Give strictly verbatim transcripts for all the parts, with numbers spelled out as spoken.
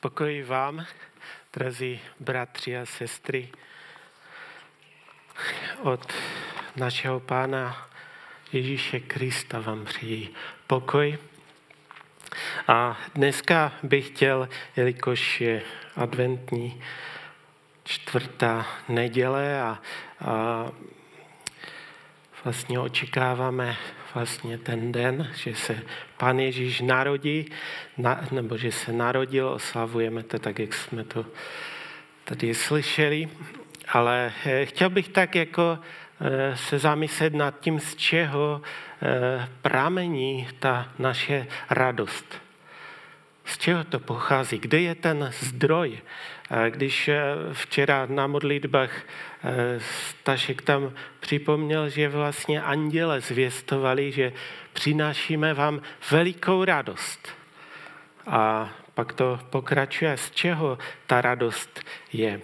Pokoj vám, drazí bratři a sestry, od našeho Pána Ježíše Krista vám přeji pokoj. A dneska bych chtěl, jelikož je adventní čtvrtá neděle a, a vlastně očekáváme vlastně ten den, že se Pán Ježíš narodí, na, nebo že se narodil, oslavujeme to tak, jak jsme to tady slyšeli, ale chtěl bych tak jako se zamyslet nad tím, z čeho pramení ta naše radost. Z čeho to pochází? Kde je ten zdroj? Když včera na modlitbách Stašek tam připomněl, že vlastně anděle zvěstovali, že přinášíme vám velikou radost. A pak to pokračuje, z čeho ta radost je.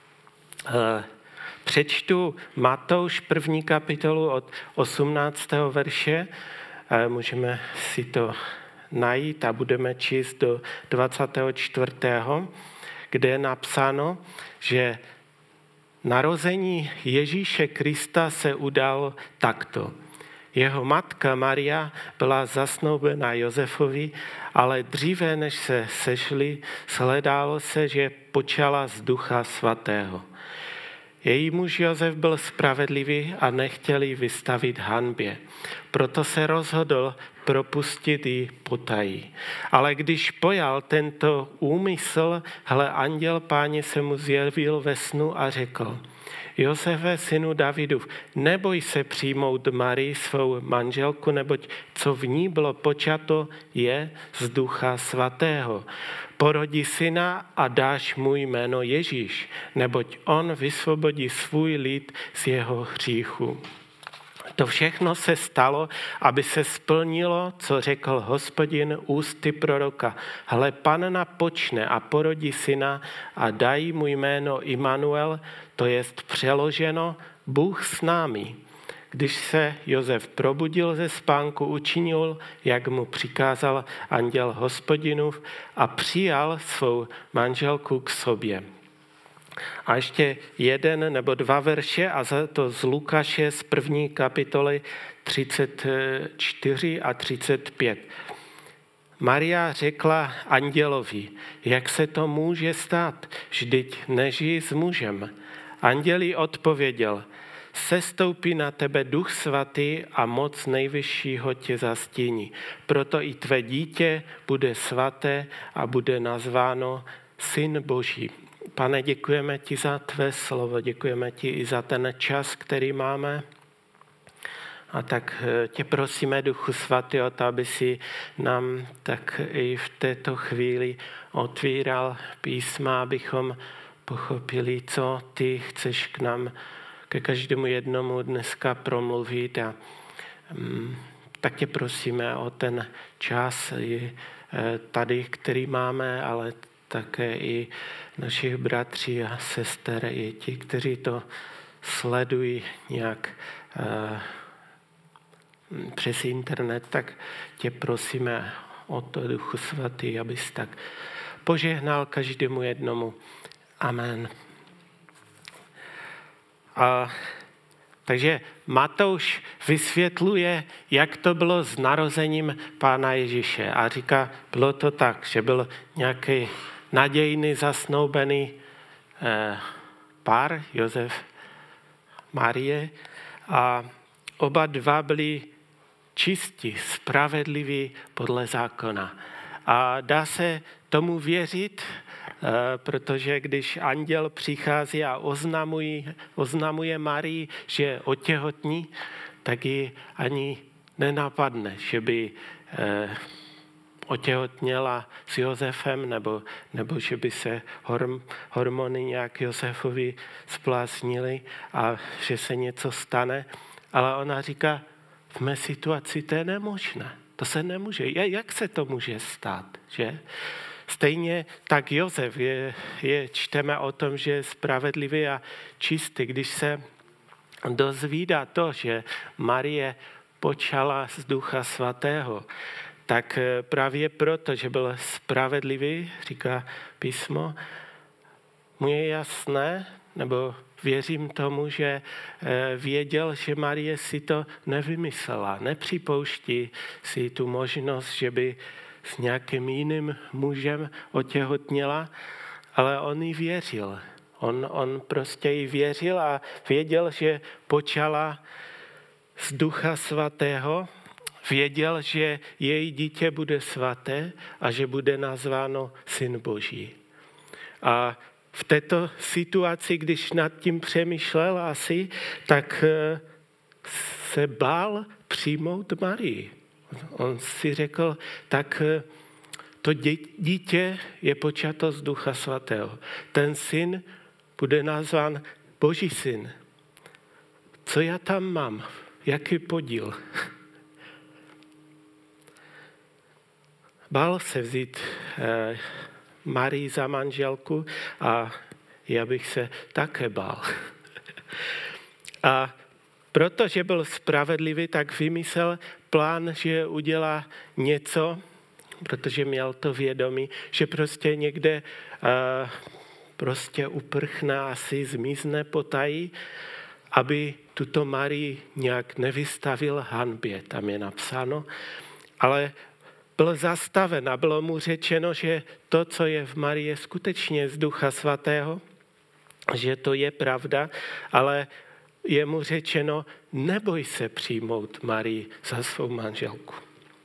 Přečtu Matouš první kapitolu od osmnáctého verše. Můžeme si to najít a budeme číst do dvacátého čtvrtého, kde je napsáno, že narození Ježíše Krista se udalo takto. Jeho matka Maria byla zasnoubena Josefovi, ale dříve, než se sešli, shledalo se, že počala z Ducha Svatého. Její muž Josef byl spravedlivý a nechtěl ji vystavit hanbě. Proto se rozhodl propustit ji potají. Ale když pojal tento úmysl, hle, anděl Páně se mu zjevil ve snu a řekl: Josefe, synu Davidův, neboj se přijmout Marii, svou manželku, neboť co v ní bylo počato, je z Ducha Svatého. Porodí syna a dáš mu jméno Ježíš, neboť on vysvobodí svůj lid z jeho hříchu. To všechno se stalo, aby se splnilo, co řekl Hospodin ústy proroka. Hle, panna počne a porodí syna a dají mu jméno Immanuel, to jest přeloženo Bůh s námi. Když se Josef probudil ze spánku, učinil, jak mu přikázal anděl Hospodinův, a přijal svou manželku k sobě. A ještě jeden nebo dva verše, a to z Lukáše z první kapitoly třicet čtyři a třicet pět. Maria řekla andělovi: jak se to může stát, vždyť nežiji s mužem. Anděl jí odpověděl: sestoupí na tebe Duch Svatý a moc Nejvyššího tě zastíní. Proto i tvé dítě bude svaté a bude nazváno Syn Boží. Pane, děkujeme ti za tvé slovo, děkujeme ti i za ten čas, který máme. A tak tě prosíme, Duchu Svatý, o to, aby si nám tak i v této chvíli otvíral písma, abychom pochopili, co ty chceš k nám, ke každému jednomu dneska promluvit. A um, tak tě prosíme o ten čas i tady, který máme, ale také i našich bratří a sester, i ti, kteří to sledují nějak uh, přes internet, tak tě prosíme o to, Duchu Svatý, abys tak požehnal každému jednomu. Amen. A, takže Matouš vysvětluje, jak to bylo s narozením Pána Ježíše. A říká, bylo to tak, že byl nějaký nadějný, zasnoubený eh, pár, Josef, Marie, a oba dva byli čistí, spravedliví podle zákona. A dá se tomu věřit, protože když anděl přichází a oznamuje, oznamuje Marii, že otěhotní, tak ji ani nenapadne, že by eh, otěhotněla s Josefem, nebo, nebo že by se horm, hormony nějak Josefovi splásnily a že se něco stane. Ale ona říká, v mé situaci to je nemožné. To se nemůže. Jak se to může stát, že? Stejně tak Josef je, je, čteme o tom, že je spravedlivý a čistý. Když se dozvídá to, že Marie počala z Ducha Svatého, tak právě proto, že byl spravedlivý, říká písmo, mu je jasné, nebo věřím tomu, že věděl, že Marie si to nevymyslela, nepřipouští si tu možnost, že by s nějakým jiným mužem otěhotněla, ale on jí věřil. On, on prostě jí věřil a věděl, že počala z Ducha Svatého, věděl, že její dítě bude svaté a že bude nazváno Syn Boží. A v této situaci, když nad tím přemýšlel asi, tak se bál přijmout Marii. On si řekl, tak to dítě je počato z Ducha Svatého. Ten syn bude nazván Boží syn. Co já tam mám? Jaký podíl? Bál se vzít eh, Marii za manželku a já bych se také bál. A protože byl spravedlivý, tak vymyslel plán, že udělá něco, protože měl to vědomí, že prostě někde uh, prostě uprchne, asi zmizne potají, aby tuto Marii nějak nevystavil hanbě, tam je napsáno, ale byl zastaven a bylo mu řečeno, že to, co je v Marii, je skutečně z Ducha Svatého, že to je pravda, ale je mu řečeno, neboj se přijmout Marii za svou manželku.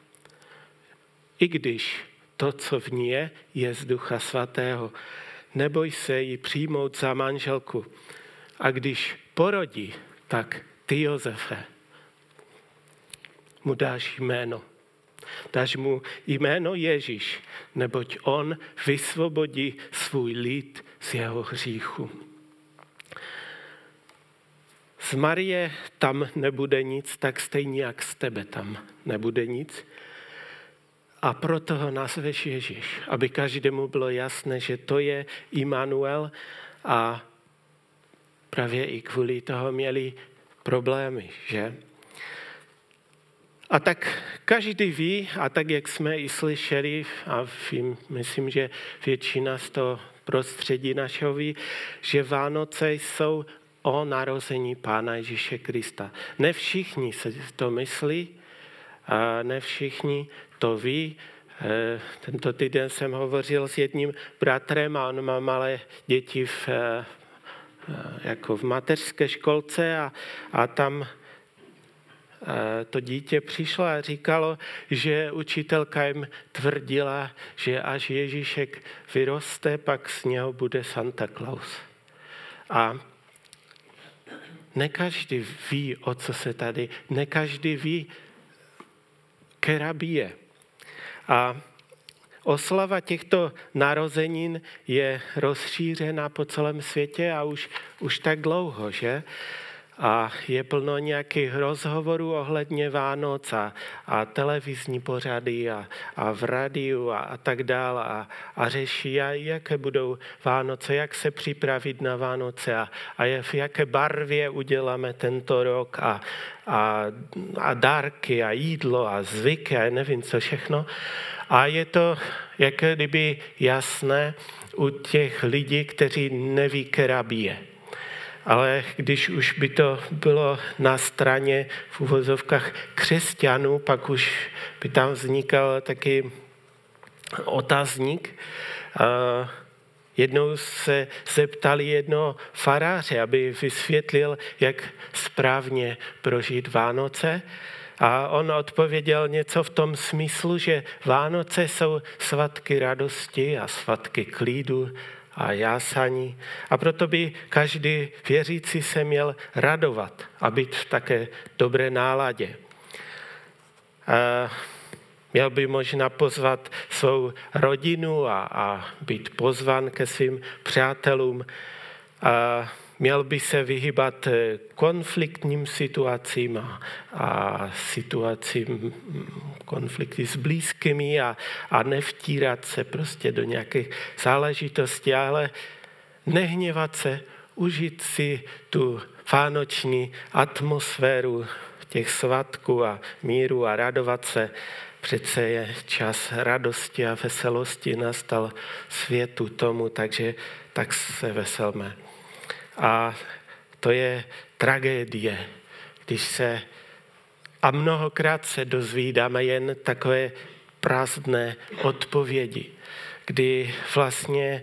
I když to, co v ní je, je z Ducha Svatého. Neboj se ji přijmout za manželku. A když porodí, tak ty, Josefe, mu dáš jméno. Dáš mu jméno Ježíš, neboť on vysvobodí svůj lid z jeho hříchu. Z Marie tam nebude nic, tak stejně jak z tebe tam nebude nic. A proto ho nazveš Ježíš, aby každému bylo jasné, že to je Immanuel a právě i kvůli toho měli problémy, že? A tak každý ví, a tak jak jsme i slyšeli, a vím, myslím, že většina z toho prostředí našeho ví, že Vánoce jsou o narození Pána Ježíše Krista. Ne všichni se to myslí, a ne všichni to ví. Tento týden jsem hovořil s jedním bratrem a on má malé děti v, jako v mateřské školce a, a tam to dítě přišlo a říkalo, že učitelka jim tvrdila, že až Ježíšek vyroste, pak z něho bude Santa Claus. A ne každý ví, o co se tady, ne každý ví, která bije. A oslava těchto narozenin je rozšířena po celém světě a už, už tak dlouho, že? A je plno nějakých rozhovorů ohledně Vánoc a, a televizní pořady a, a v rádiu a, a tak dále a, a řeší, a jaké budou Vánoce, jak se připravit na Vánoce a, a v jaké barvě uděláme tento rok a, a, a dárky a jídlo a zvyky a nevím co všechno. A je to jak kdyby jasné u těch lidí, kteří neví, která bije. Ale když už by to bylo na straně v uvozovkách křesťanů, pak už by tam vznikal taky otazník. Jednou se zeptali jednoho faráře, aby vysvětlil, jak správně prožít Vánoce. A on odpověděl něco v tom smyslu, že Vánoce jsou svatky radosti a svatky klidu a jásaní. A proto by každý věřící se měl radovat a být v také dobré náladě. A měl by možná pozvat svou rodinu a, a být pozvan ke svým přátelům. A měl by se vyhýbat konfliktním situacím a, a situacím konflikty s blízkými a, a nevtírat se prostě do nějakých záležitostí, ale nehněvat se, užít si tu vánoční atmosféru těch svatků a míru a radovat se přece je čas radosti a veselosti nastal světu tomu, takže tak se veselme. A to je tragédie, když se a mnohokrát se dozvídáme jen takové prázdné odpovědi, kdy vlastně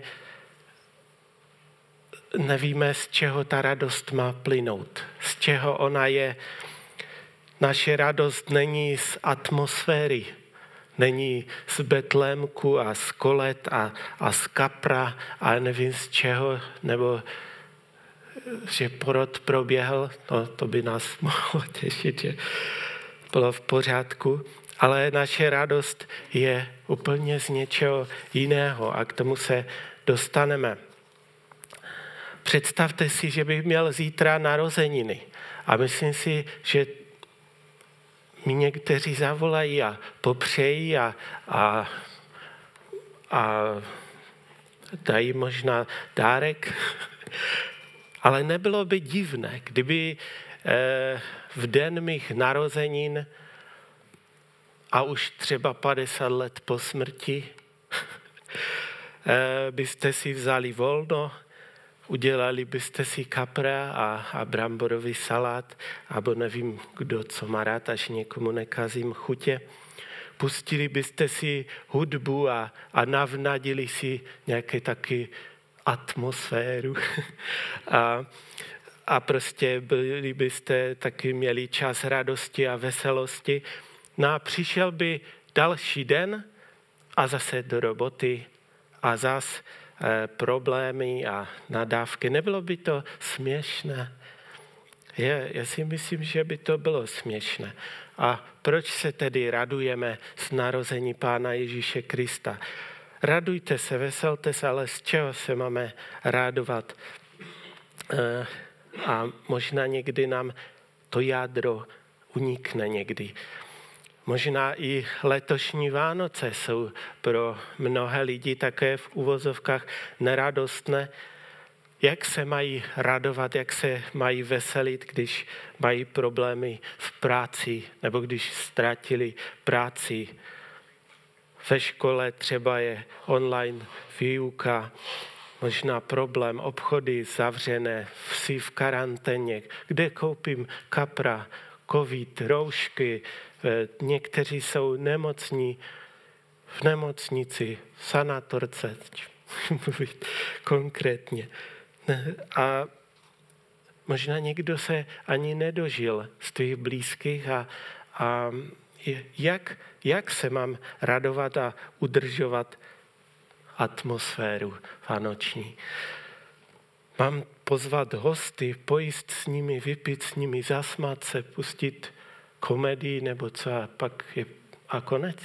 nevíme, z čeho ta radost má plynout, z čeho ona je. Naše radost není z atmosféry, není z Betlémku a z kolet a, a z kapra a nevím z čeho, nebo že porod proběhl, no to by nás mohlo těšit, že bylo v pořádku, ale naše radost je úplně z něčeho jiného a k tomu se dostaneme. Představte si, že bych měl zítra narozeniny a myslím si, že mi někteří zavolají a popřejí a, a, a dají možná dárek, ale nebylo by divné, kdyby eh, v den mých narozenin a už třeba padesát let po smrti eh, byste si vzali volno, udělali byste si kapra a, a bramborový salát, abo nevím, kdo co má rád, až někomu nekazím chutě. Pustili byste si hudbu a, a navnadili si nějaké taky atmosféru. a, a prostě byli byste taky měli čas radosti a veselosti. No a přišel by další den a zase do roboty a zas eh, problémy a nadávky. Nebylo by to směšné? Je, já si myslím, že by to bylo směšné. A proč se tedy radujeme z narození Pána Ježíše Krista? Radujte se, veselte se, ale z čeho se máme radovat? Eh, a možná někdy nám to jádro unikne někdy. Možná i letošní Vánoce jsou pro mnohé lidi také v uvozovkách neradostné. Jak se mají radovat, jak se mají veselit, když mají problémy v práci nebo když ztratili práci. Ve škole třeba je online výuka, možná problém, obchody zavřené, vsi v karanténě, kde koupím kapra, covid, roušky, někteří jsou nemocní v nemocnici, v sanatorce, mluvit konkrétně. A možná někdo se ani nedožil z tvých blízkých a, a jak, jak se mám radovat a udržovat atmosféru vánoční. Mám pozvat hosty, pojíst s nimi, vypít s nimi, zasmát se, pustit komedii nebo co a pak je a konec.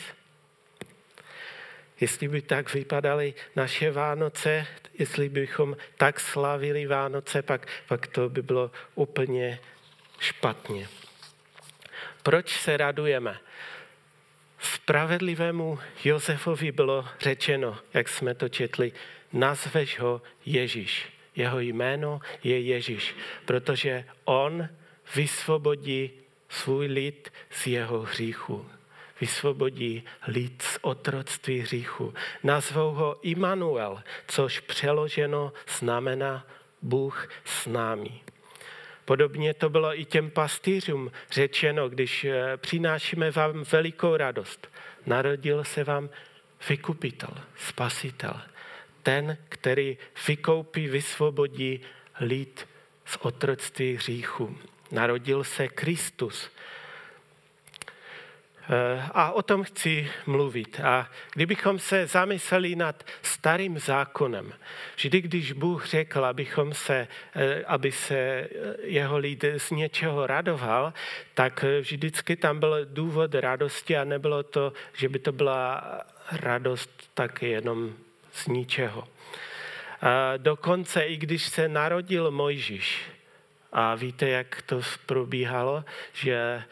Jestli by tak vypadaly naše Vánoce, jestli bychom tak slavili Vánoce, pak, pak to by bylo úplně špatně. Proč se radujeme? Spravedlivému Josefovi bylo řečeno, jak jsme to četli, nazveš ho Ježíš. Jeho jméno je Ježíš, protože on vysvobodí svůj lid z jeho hříchu. Vysvobodí lid z otroctví hříchu. Nazvou ho Immanuel, což přeloženo znamená Bůh s námi. Podobně to bylo i těm pastýřům řečeno, když přinášíme vám velikou radost. Narodil se vám vykupitel, spasitel. Ten, který vykoupí, vysvobodí lid z otroctví hříchu. Narodil se Kristus. A o tom chci mluvit. A kdybychom se zamysleli nad starým zákonem, vždy, když Bůh řekl, abychom se, aby se jeho lid z něčeho radoval, tak vždycky tam byl důvod radosti a nebylo to, že by to byla radost tak jenom z ničeho. A dokonce i když se narodil Mojžíš, a víte, jak to probíhalo, že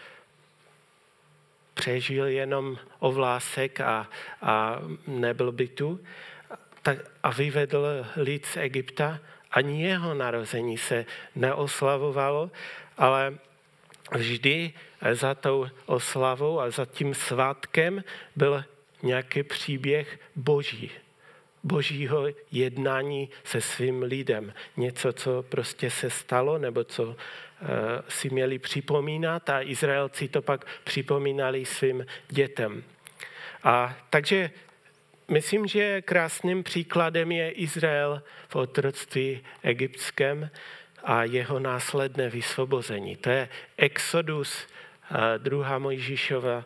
přežil jenom ovlásek a, a nebyl by tu tak, a vyvedl lid z Egypta, ani jeho narození se neoslavovalo, ale vždy za tou oslavou a za tím svátkem byl nějaký příběh boží. Božího jednání se svým lidem. Něco, co prostě se stalo, nebo co uh, si měli připomínat a Izraelci to pak připomínali svým dětem. A takže myslím, že krásným příkladem je Izrael v otroctví egyptském a jeho následné vysvobození. To je Exodus, druhá Mojžíšova,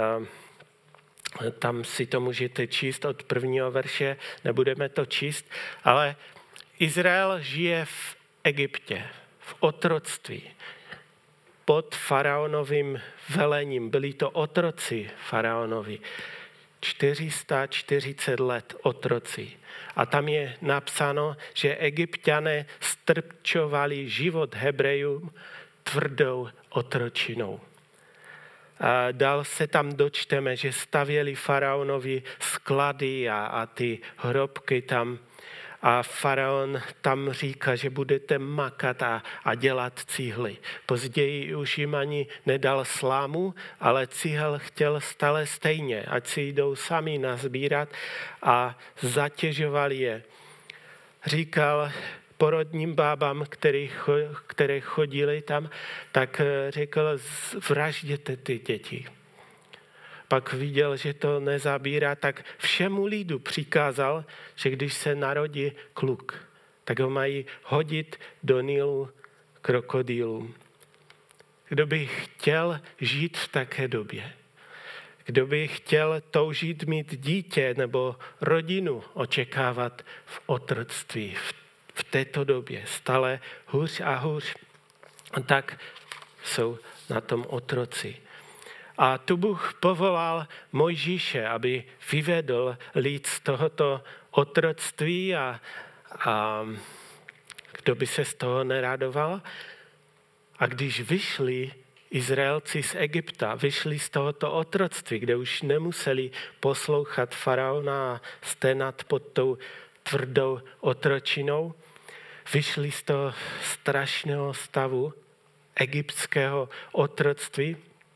tam si to můžete číst od prvního verše, nebudeme to číst, ale Izrael žije v Egyptě, v otroctví, pod faraonovým velením. Byli to otroci faraonovi. čtyři sta čtyřicet let otroci. A tam je napsáno, že Egypťané strpčovali život Hebrejům tvrdou otročinou. A dál se tam dočteme, že stavěli faraonovi sklady a, a ty hrobky tam. A faraon tam říká, že budete makat a, a dělat cihly. Později už jim ani nedal slámu, ale cihel chtěl stále stejně, ať si jdou sami nazbírat a zatěžovali je. Říkal porodním bábám, který, které chodili tam, tak řekl, vražděte ty děti. Pak viděl, že to nezabírá, tak všemu lidu přikázal, že když se narodí kluk, tak ho mají hodit do Nilu krokodýlům. Kdo by chtěl žít v také době, kdo by chtěl toužit mít dítě nebo rodinu, očekávat v otroctví, v, v této době, stále hůř a hůř, tak jsou na tom otroci. A tu Bůh povolal Mojžíše, aby vyvedl lid z tohoto otroctví a, a kdo by se z toho neradoval. A když vyšli Izraelci z Egypta, vyšli z tohoto otroctví, kde už nemuseli poslouchat faraona a stenat pod tou tvrdou otročinou, vyšli z toho strašného stavu egyptského otroctví,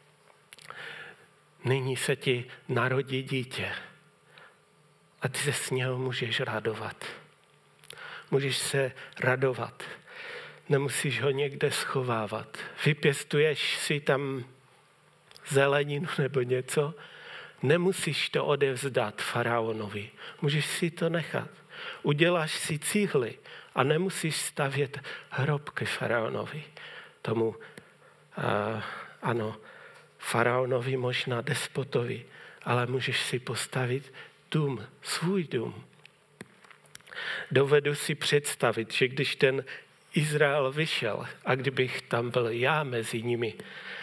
nyní se ti narodí dítě a ty se s něho můžeš radovat. Můžeš se radovat. Nemusíš ho někde schovávat. Vypěstuješ si tam zeleninu nebo něco, nemusíš to odevzdat faraonovi. Můžeš si to nechat. Uděláš si cihly a nemusíš stavět hrobky faraonovi. Tomu, uh, ano, faraonovi, možná despotovi, ale můžeš si postavit dům, svůj dům. Dovedu si představit, že když ten Izrael vyšel a kdybych tam byl já mezi nimi,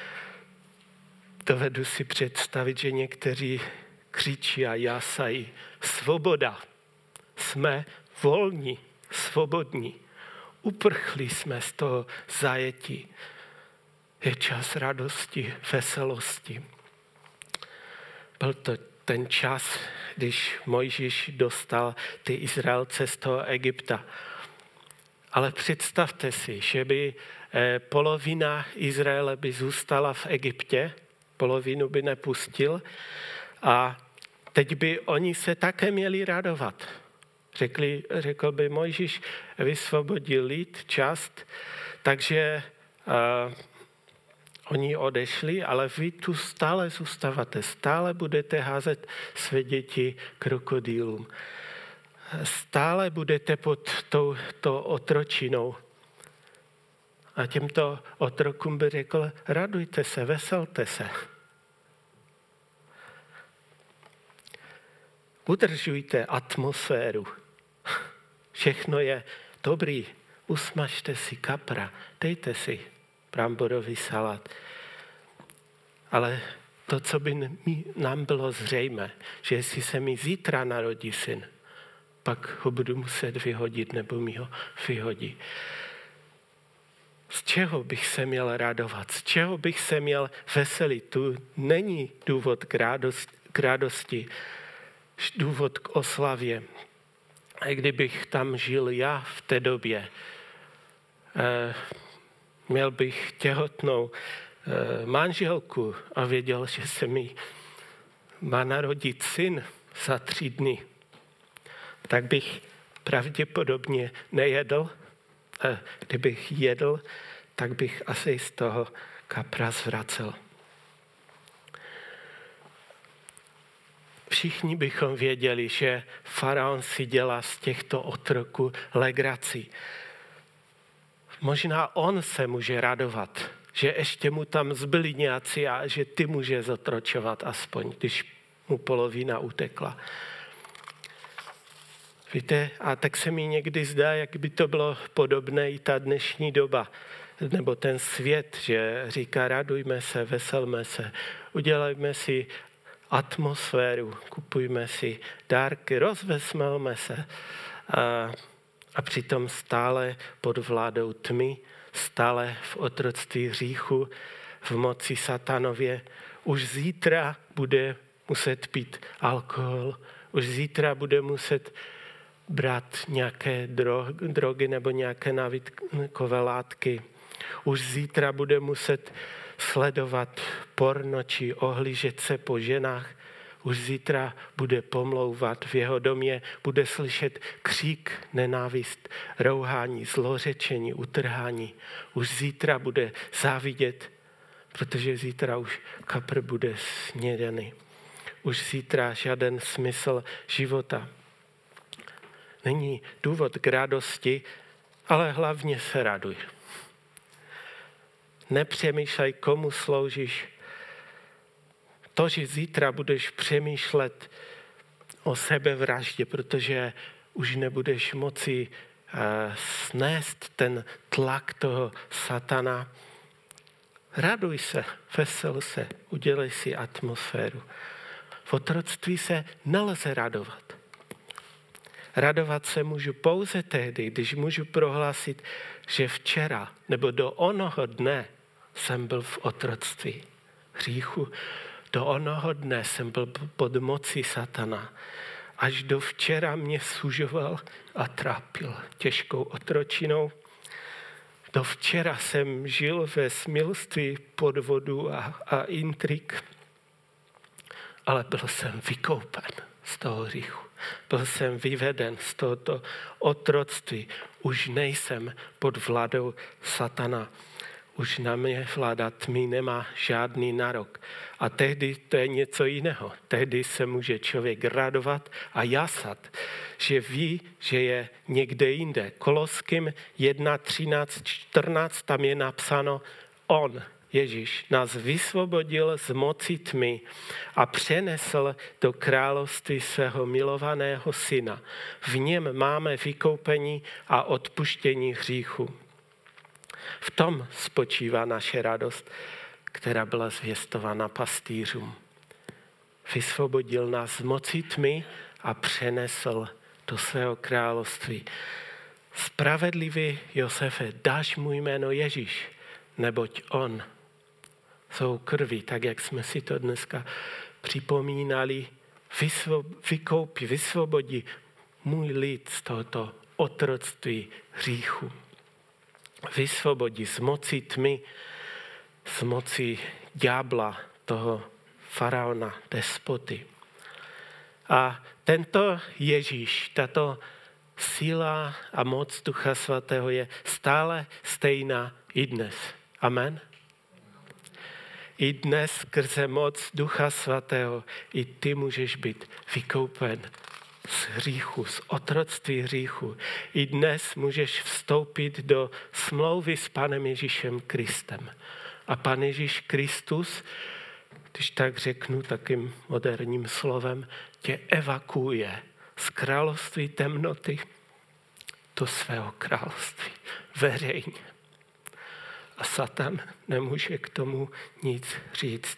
dovedu si představit, že někteří křičí a jásají: svoboda, jsme volní, svobodní, uprchli jsme z toho zajetí. Je čas radosti, veselosti. Byl to ten čas, když Mojžíš dostal ty Izraelce z toho Egypta. Ale představte si, že by polovina Izraele by zůstala v Egyptě, polovinu by nepustil a teď by oni se také měli radovat. Řekli, řekl by Mojžíš, vysvobodil lid, část, takže uh, oni odešli, ale vy tu stále zůstáváte, stále budete házet své děti krokodýlům. Stále budete pod tou, tou otročinou. A těmto otrokům by řekl, radujte se, veselte se. Udržujte atmosféru. Všechno je dobrý. Usmažte si kapra, dejte si bramborový salát. Ale to, co by nám bylo zřejmé, že jestli se mi zítra narodí syn, pak ho budu muset vyhodit, nebo mi ho vyhodí. Z čeho bych se měl radovat? Z čeho bych se měl veselit? Tu není důvod k radosti, k radosti důvod k oslavě. A kdybych tam žil já v té době, eh, měl bych těhotnou manželku a věděl, že se mi má narodit syn za tři dny, tak bych pravděpodobně nejedl. A kdybych jedl, tak bych asi z toho kapra zvracel. Všichni bychom věděli, že faraon si dělá z těchto otroků legraci. Možná on se může radovat, že ještě mu tam zbyli nějací a že ty může zotročovat aspoň, když mu polovina utekla. Víte, a tak se mi někdy zdá, jak by to bylo podobné i ta dnešní doba, nebo ten svět, že říká, radujme se, veselme se, udělejme si atmosféru, kupujme si dárky, rozveselme se. A, a přitom stále pod vládou tmy, stále v otroctví hříchu, v moci satanově. Už zítra bude muset pít alkohol, už zítra bude muset brát nějaké drogy nebo nějaké návykové látky. Už zítra bude muset sledovat porno či ohlížet se po ženách. Už zítra bude pomlouvat v jeho domě, bude slyšet křík, nenávist, rouhání, zlořečení, utrhání. Už zítra bude závidět, protože zítra už kapr bude snědený. Už zítra žádný smysl života. Není důvod k radosti, ale hlavně se raduj. Nepřemýšlej, komu sloužíš. To, že zítra budeš přemýšlet o sebevraždě, protože už nebudeš moci uh, snést ten tlak toho satana. Raduj se, vesel se, udělej si atmosféru. V otroctví se nelze radovat. Radovat se můžu pouze tehdy, když můžu prohlásit, že včera nebo do onoho dne jsem byl v otroctví hříchu. Do onoho dne jsem byl pod mocí satana. Až do včera mě sužoval a trápil těžkou otročinou. Do včera jsem žil ve smilství podvodu a, a intrik, ale byl jsem vykoupen z toho hříchu. Byl jsem vyveden z tohoto otroctví. Už nejsem pod vládou satana. Už na mě vláda tmy nemá žádný nárok. A tehdy to je něco jiného. Tehdy se může člověk radovat a jasat, že ví, že je někde jinde. Koloským jedna, třináct, čtrnáct, tam je napsáno, on, Ježíš, nás vysvobodil z moci tmy a přenesl do království svého milovaného syna. V něm máme vykoupení a odpuštění hříchu. V tom spočívá naše radost, která byla zvěstována pastýřům. Vysvobodil nás z moci tmy a přenesl do svého království. Spravedlivý Josefe, dáš mu jméno Ježíš, neboť on svou krví, tak jak jsme si to dneska připomínali, vykoupí, vysvobodí můj lid z tohoto otroctví hříchu. Vysvobodí z moci tmy, z moci ďábla, toho faraona, despoty. A tento Ježíš, tato síla a moc Ducha Svatého je stále stejná i dnes. Amen. I dnes skrze moc Ducha Svatého i ty můžeš být vykoupen z hříchu, z otroctví hříchu. I dnes můžeš vstoupit do smlouvy s Panem Ježíšem Kristem. A Pan Ježíš Kristus, když tak řeknu takým moderním slovem, tě evakuuje z království temnoty do svého království veřejně. A Satan nemůže k tomu nic říct.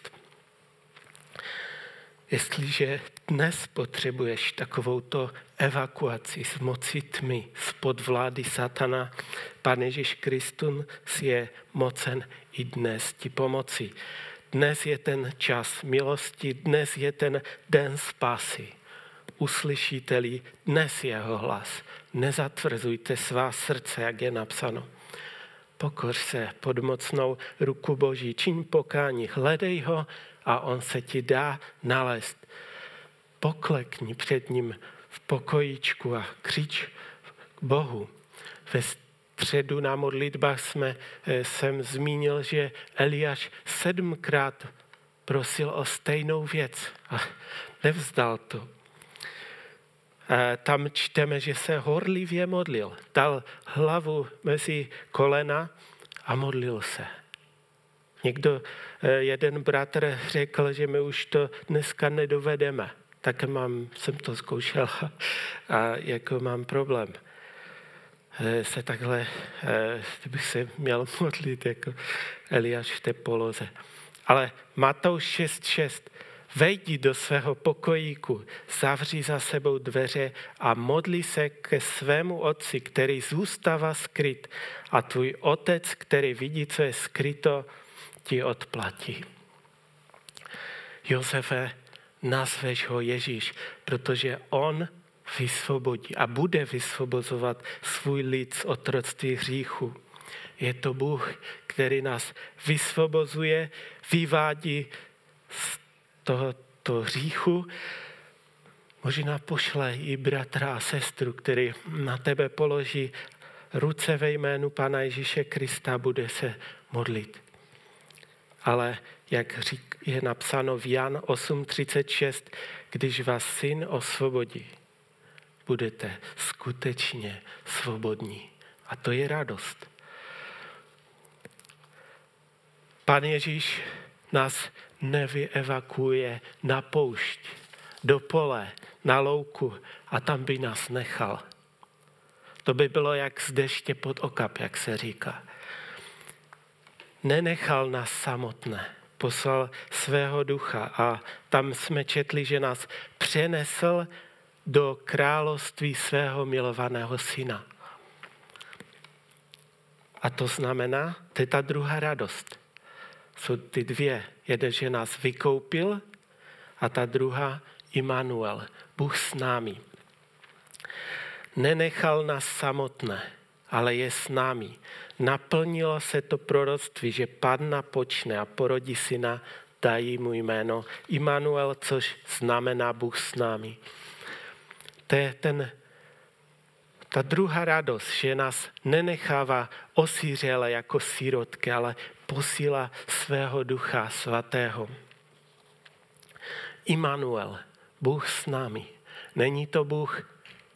Jestliže dnes potřebuješ takovouto evakuaci z moci tmy, spod vlády satana, Pán Ježíš Kristus je mocen i dnes ti pomoci. Dnes je ten čas milosti, dnes je ten den spásy. Uslyšíte-li dnes jeho hlas, nezatvrzujte svá srdce, jak je napsáno. pokoř se pod mocnou ruku Boží, čiň pokání, hledej ho a on se ti dá nalézt. Poklekni před ním v pokojíčku a křič k Bohu. Ve středu na modlitbách jsme, jsem zmínil, že Eliáš sedmkrát prosil o stejnou věc a nevzdal to. A tam čteme, že se horlivě modlil. Dal hlavu mezi kolena a modlil se. Někdo, jeden bratr řekl, že my už to dneska nedovedeme. Tak mám, jsem to zkoušel a jako mám problém. Se takhle, bych se měl modlit jako Eliáš v té poloze. Ale Matouš šest šest. Vejdi do svého pokojíku, zavři za sebou dveře a modli se ke svému otci, který zůstává skryt, a tvůj otec, který vidí, co je skryto, ti odplatí. Josefe, nazveš ho Ježíš, protože on vysvobodí a bude vysvobozovat svůj lid z otroctví hříchu. Je to Bůh, který nás vysvobozuje, vyvádí z tohoto hříchu. Možná pošle i bratra a sestru, který na tebe položí ruce ve jménu Pana Ježíše Krista, bude se modlit. Ale jak je napsáno v Jan osm třicet šest, když vás syn osvobodí, budete skutečně svobodní. A to je radost. Pán Ježíš nás nevyevakuuje na poušť, do pole, na louku a tam by nás nechal. To by bylo jak z deště pod okap, jak se říká. Nenechal nás samotné, poslal svého ducha a tam jsme četli, že nás přenesl do království svého milovaného syna. A to znamená, to je ta druhá radost. Jsou ty dvě. Jeden, že nás vykoupil a ta druhá Immanuel, Bůh s námi. Nenechal nás samotné, ale je s námi. Naplnilo se to proroctví, že Panna počne a porodí syna, dají mu jméno Immanuel, což znamená Bůh s námi. To je ten, ta druhá radost, že nás nenechává osířele jako sirotky, ale posílá svého ducha svatého. Immanuel, Bůh s námi. Není to Bůh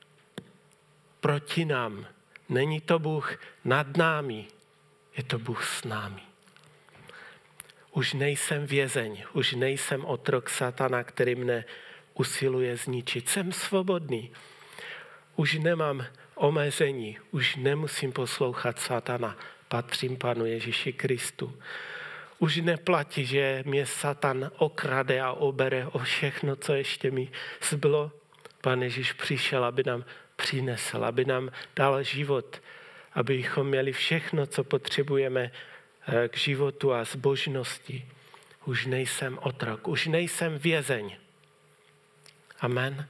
proti nám. Není to Bůh nad námi. Je to Bůh s námi. Už nejsem vězeň, už nejsem otrok satana, který mne usiluje zničit. Jsem svobodný. Už nemám omezení, už nemusím poslouchat satana. Patřím Panu Ježíši Kristu. Už neplatí, že mě satan okrade a obere o všechno, co ještě mi zbylo. Pan Ježíš přišel, aby nám přinesl, aby nám dal život, abychom měli všechno, co potřebujeme k životu a zbožnosti. Už nejsem otrok, už nejsem vězeň. Amen.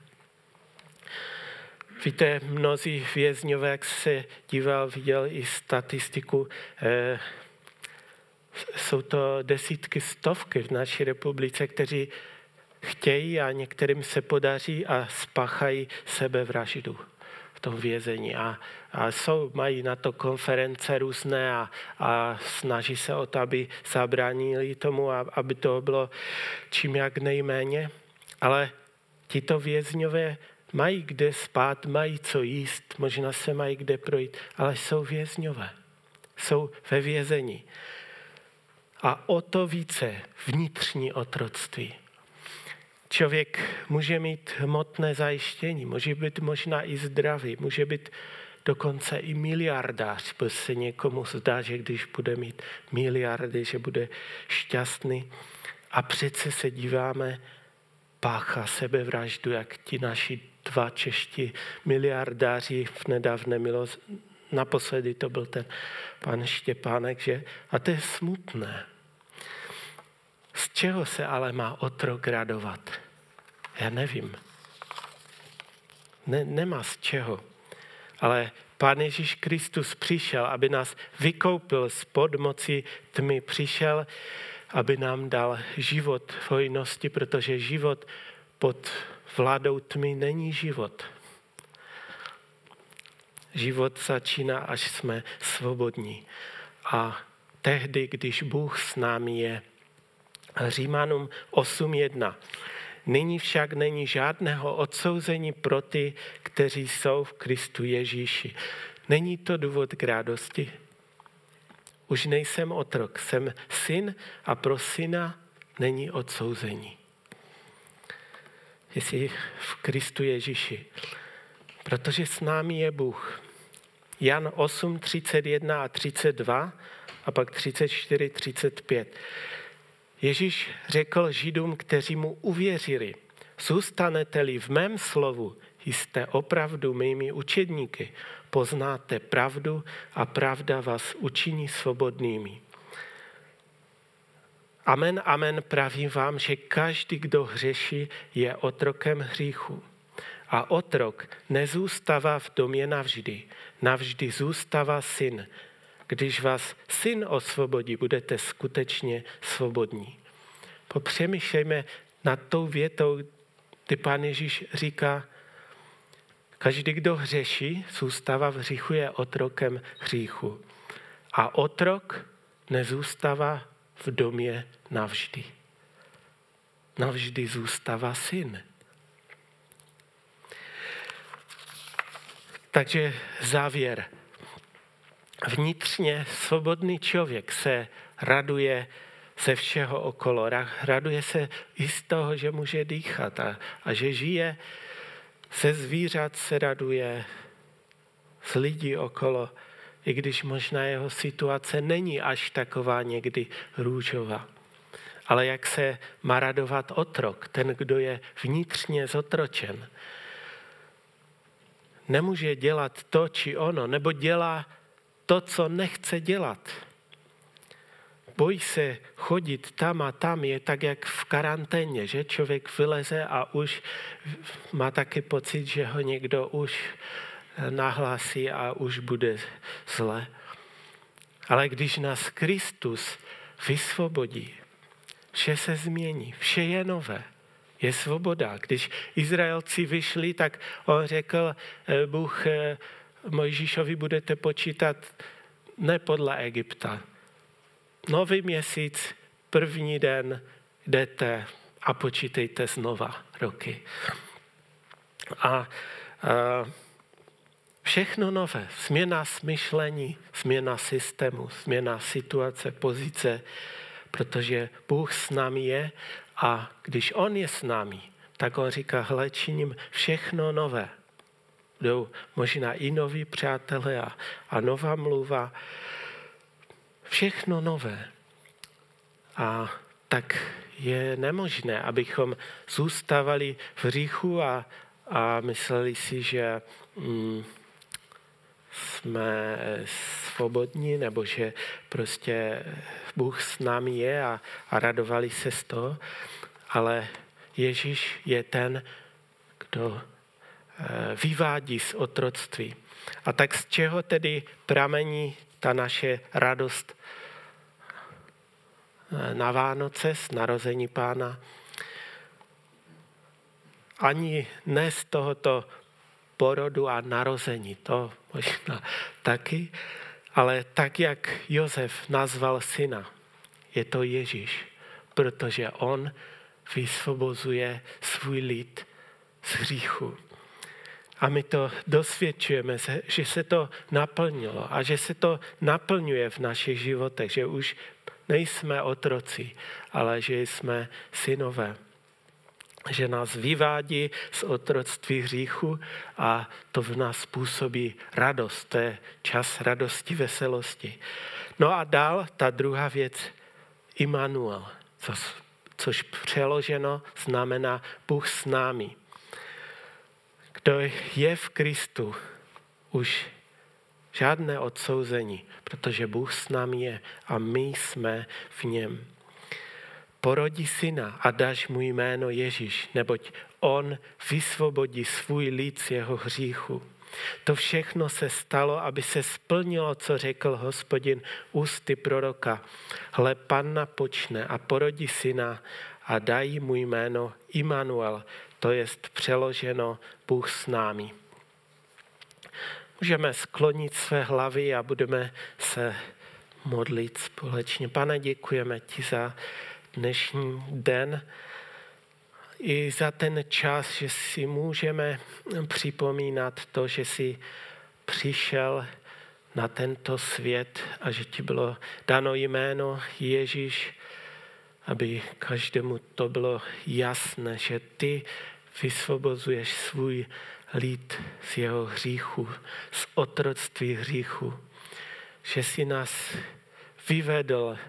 Víte, mnozí vězňové, jak se díval, viděl i statistiku, eh, jsou to desítky, stovky v naší republice, kteří chtějí a některým se podaří a spáchají sebevraždu v tom vězení. A, a jsou, mají na to konference různé a, a snaží se o to, aby zabránili tomu, aby to bylo čím jak nejméně. Ale tito vězňové mají kde spát, mají co jíst, možná se mají kde projít, ale jsou vězňové. Jsou ve vězení. A o to více vnitřní otroctví. Člověk může mít hmotné zajištění, může být možná i zdravý, může být dokonce i miliardář, protože se někomu zdá, že když bude mít miliardy, že bude šťastný. A přece se díváme, páchá sebevraždu, jak ti naši dva čeští miliardáři v nedávné milosti. Naposledy to byl ten pan Štěpánek, že? A to je smutné. Z čeho se ale má otrok radovat? Já nevím. Ne, nemá z čeho. Ale Pán Ježíš Kristus přišel, aby nás vykoupil spod moci tmy. Přišel, aby nám dal život v hojnosti, protože život pod vládou tmy není život. Život začíná, až jsme svobodní. A tehdy, když Bůh s námi je. Římanům osm jedna. Nyní však není žádného odsouzení pro ty, kteří jsou v Kristu Ježíši. Není to důvod k radosti? Už nejsem otrok, jsem syn a pro syna není odsouzení. Jsi v Kristu Ježíši, protože s námi je Bůh. Jan osm třicet jedna a třicet dva a pak třicet čtyři třicet pět. Ježíš řekl Židům, kteří mu uvěřili, zůstanete-li v mém slovu, jste opravdu mými učedníky, poznáte pravdu a pravda vás učiní svobodnými. Amen, amen, pravím vám, že každý, kdo hřeší, je otrokem hříchu. A otrok nezůstává v domě navždy, navždy zůstává syn. Když vás syn osvobodí, budete skutečně svobodní. Popřemýšlejme nad tou větou, kdy Pán Ježíš říká, každý, kdo hřeší, zůstává v hříchu, je otrokem hříchu. A otrok nezůstává v domě navždy. Navždy zůstává syn. Takže závěr. Vnitřně svobodný člověk se raduje ze všeho okolo. Raduje se i z toho, že může dýchat a, a že žije. Se zvířat se raduje, z lidí okolo, i když možná jeho situace není až taková někdy růžová. Ale jak se má radovat otrok, ten, kdo je vnitřně zotročen. Nemůže dělat to či ono, nebo dělá to, co nechce dělat. Bojí se chodit tam a tam, je tak, jak v karanténě, že člověk vyleze a už má taky pocit, že ho někdo už nahlásí a už bude zle. Ale když nás Kristus vysvobodí, vše se změní, vše je nové. Je svoboda. Když Izraelci vyšli, tak on řekl, Bůh Mojžíšovi, budete počítat ne podle Egypta. Nový měsíc, první den jdete a počítejte znova roky. A, a všechno nové, změna smyšlení, změna systému, změna situace, pozice, protože Bůh s námi je a když on je s námi, tak on říká, hle, činím všechno nové. Jdou možná i noví přátelé a, a nová mluva. Všechno nové. A tak je nemožné, abychom zůstávali v hříchu a, a mysleli si, že mm, jsme svobodní, nebo že prostě Bůh s námi je a, a radovali se z toho. Ale Ježíš je ten, kdo vyvádí z otroctví. A tak z čeho tedy pramení ta naše radost na Vánoce, z narození Pána? Ani ne z tohoto porodu a narození, to možná taky, ale tak, jak Josef nazval syna, je to Ježíš, protože on vysvobozuje svůj lid z hříchu. A my to dosvědčujeme, že se to naplnilo a že se to naplňuje v našich životech, že už nejsme otroci, ale že jsme synové. Že nás vyvádí z otroctví hříchu a to v nás působí radost. To je čas radosti, veselosti. No a dál ta druhá věc, Immanuel, což, což přeloženo znamená Bůh s námi. Kdo je v Kristu, už žádné odsouzení, protože Bůh s námi je a my jsme v něm. Porodí syna a dáš mu jméno Ježíš, neboť on vysvobodí svůj lid z jeho hříchu. To všechno se stalo, aby se splnilo, co řekl Hospodin ústy proroka. Hle, panna počne a porodí syna a dají mu jméno Immanuel, to jest přeloženo Bůh s námi. Můžeme sklonit své hlavy a budeme se modlit společně. Pane, děkujeme ti za dnešní den i za ten čas, že si můžeme připomínat to, že jsi přišel na tento svět a že ti bylo dáno jméno Ježíš, aby každému to bylo jasné, že ty vysvobozuješ svůj lid z jeho hříchu, z otroctví hříchu, že jsi nás vyvedl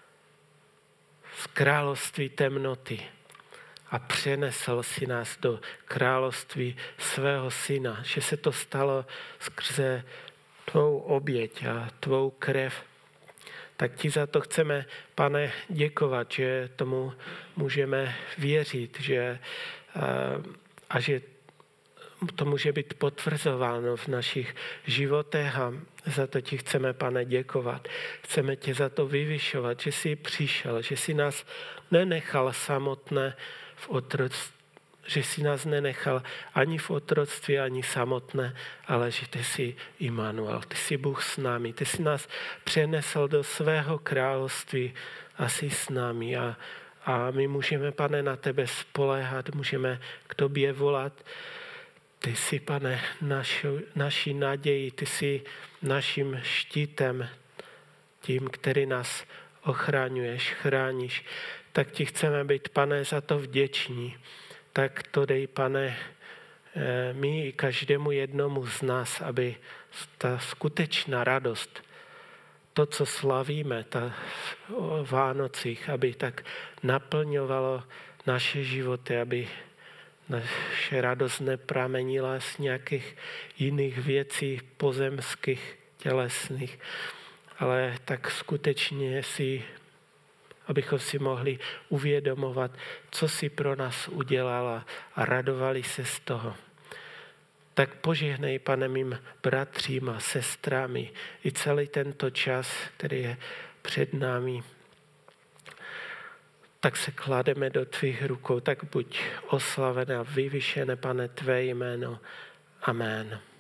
z království temnoty a přenesl si nás do království svého syna, že se to stalo skrze tvou oběť a tvou krev. Tak ti za to chceme, Pane, děkovat, že tomu můžeme věřit, že, a že to může být potvrzováno v našich životech a za to ti chceme, Pane, děkovat. Chceme tě za to vyvyšovat, že jsi přišel, že jsi nás nenechal samotné v otroctví, že jsi nás nenechal ani v otroctví, ani samotné, ale že ty jsi Immanuel, ty jsi Bůh s námi, ty jsi nás přenesl do svého království a jsi s námi a, a my můžeme, Pane, na tebe spoléhat, můžeme k tobě volat. Ty jsi, Pane, naši, naši naději, ty jsi naším štítem, tím, který nás ochraňuješ, chráníš. Tak ti chceme být, Pane, za to vděční. Tak to dej, Pane, my i každému jednomu z nás, aby ta skutečná radost, to, co slavíme ta o Vánocích, aby tak naplňovalo naše životy, aby naše radost nepramenila z nějakých jiných věcí pozemských, tělesných, ale tak skutečně si, abychom si mohli uvědomovat, co si pro nás udělala a radovali se z toho. Tak požehnej, Pane, mým bratřím a sestrami i celý tento čas, který je před námi. Tak se klademe do tvých rukou, tak buď oslavené a vyvyšené, Pane, tvé jméno. Amen.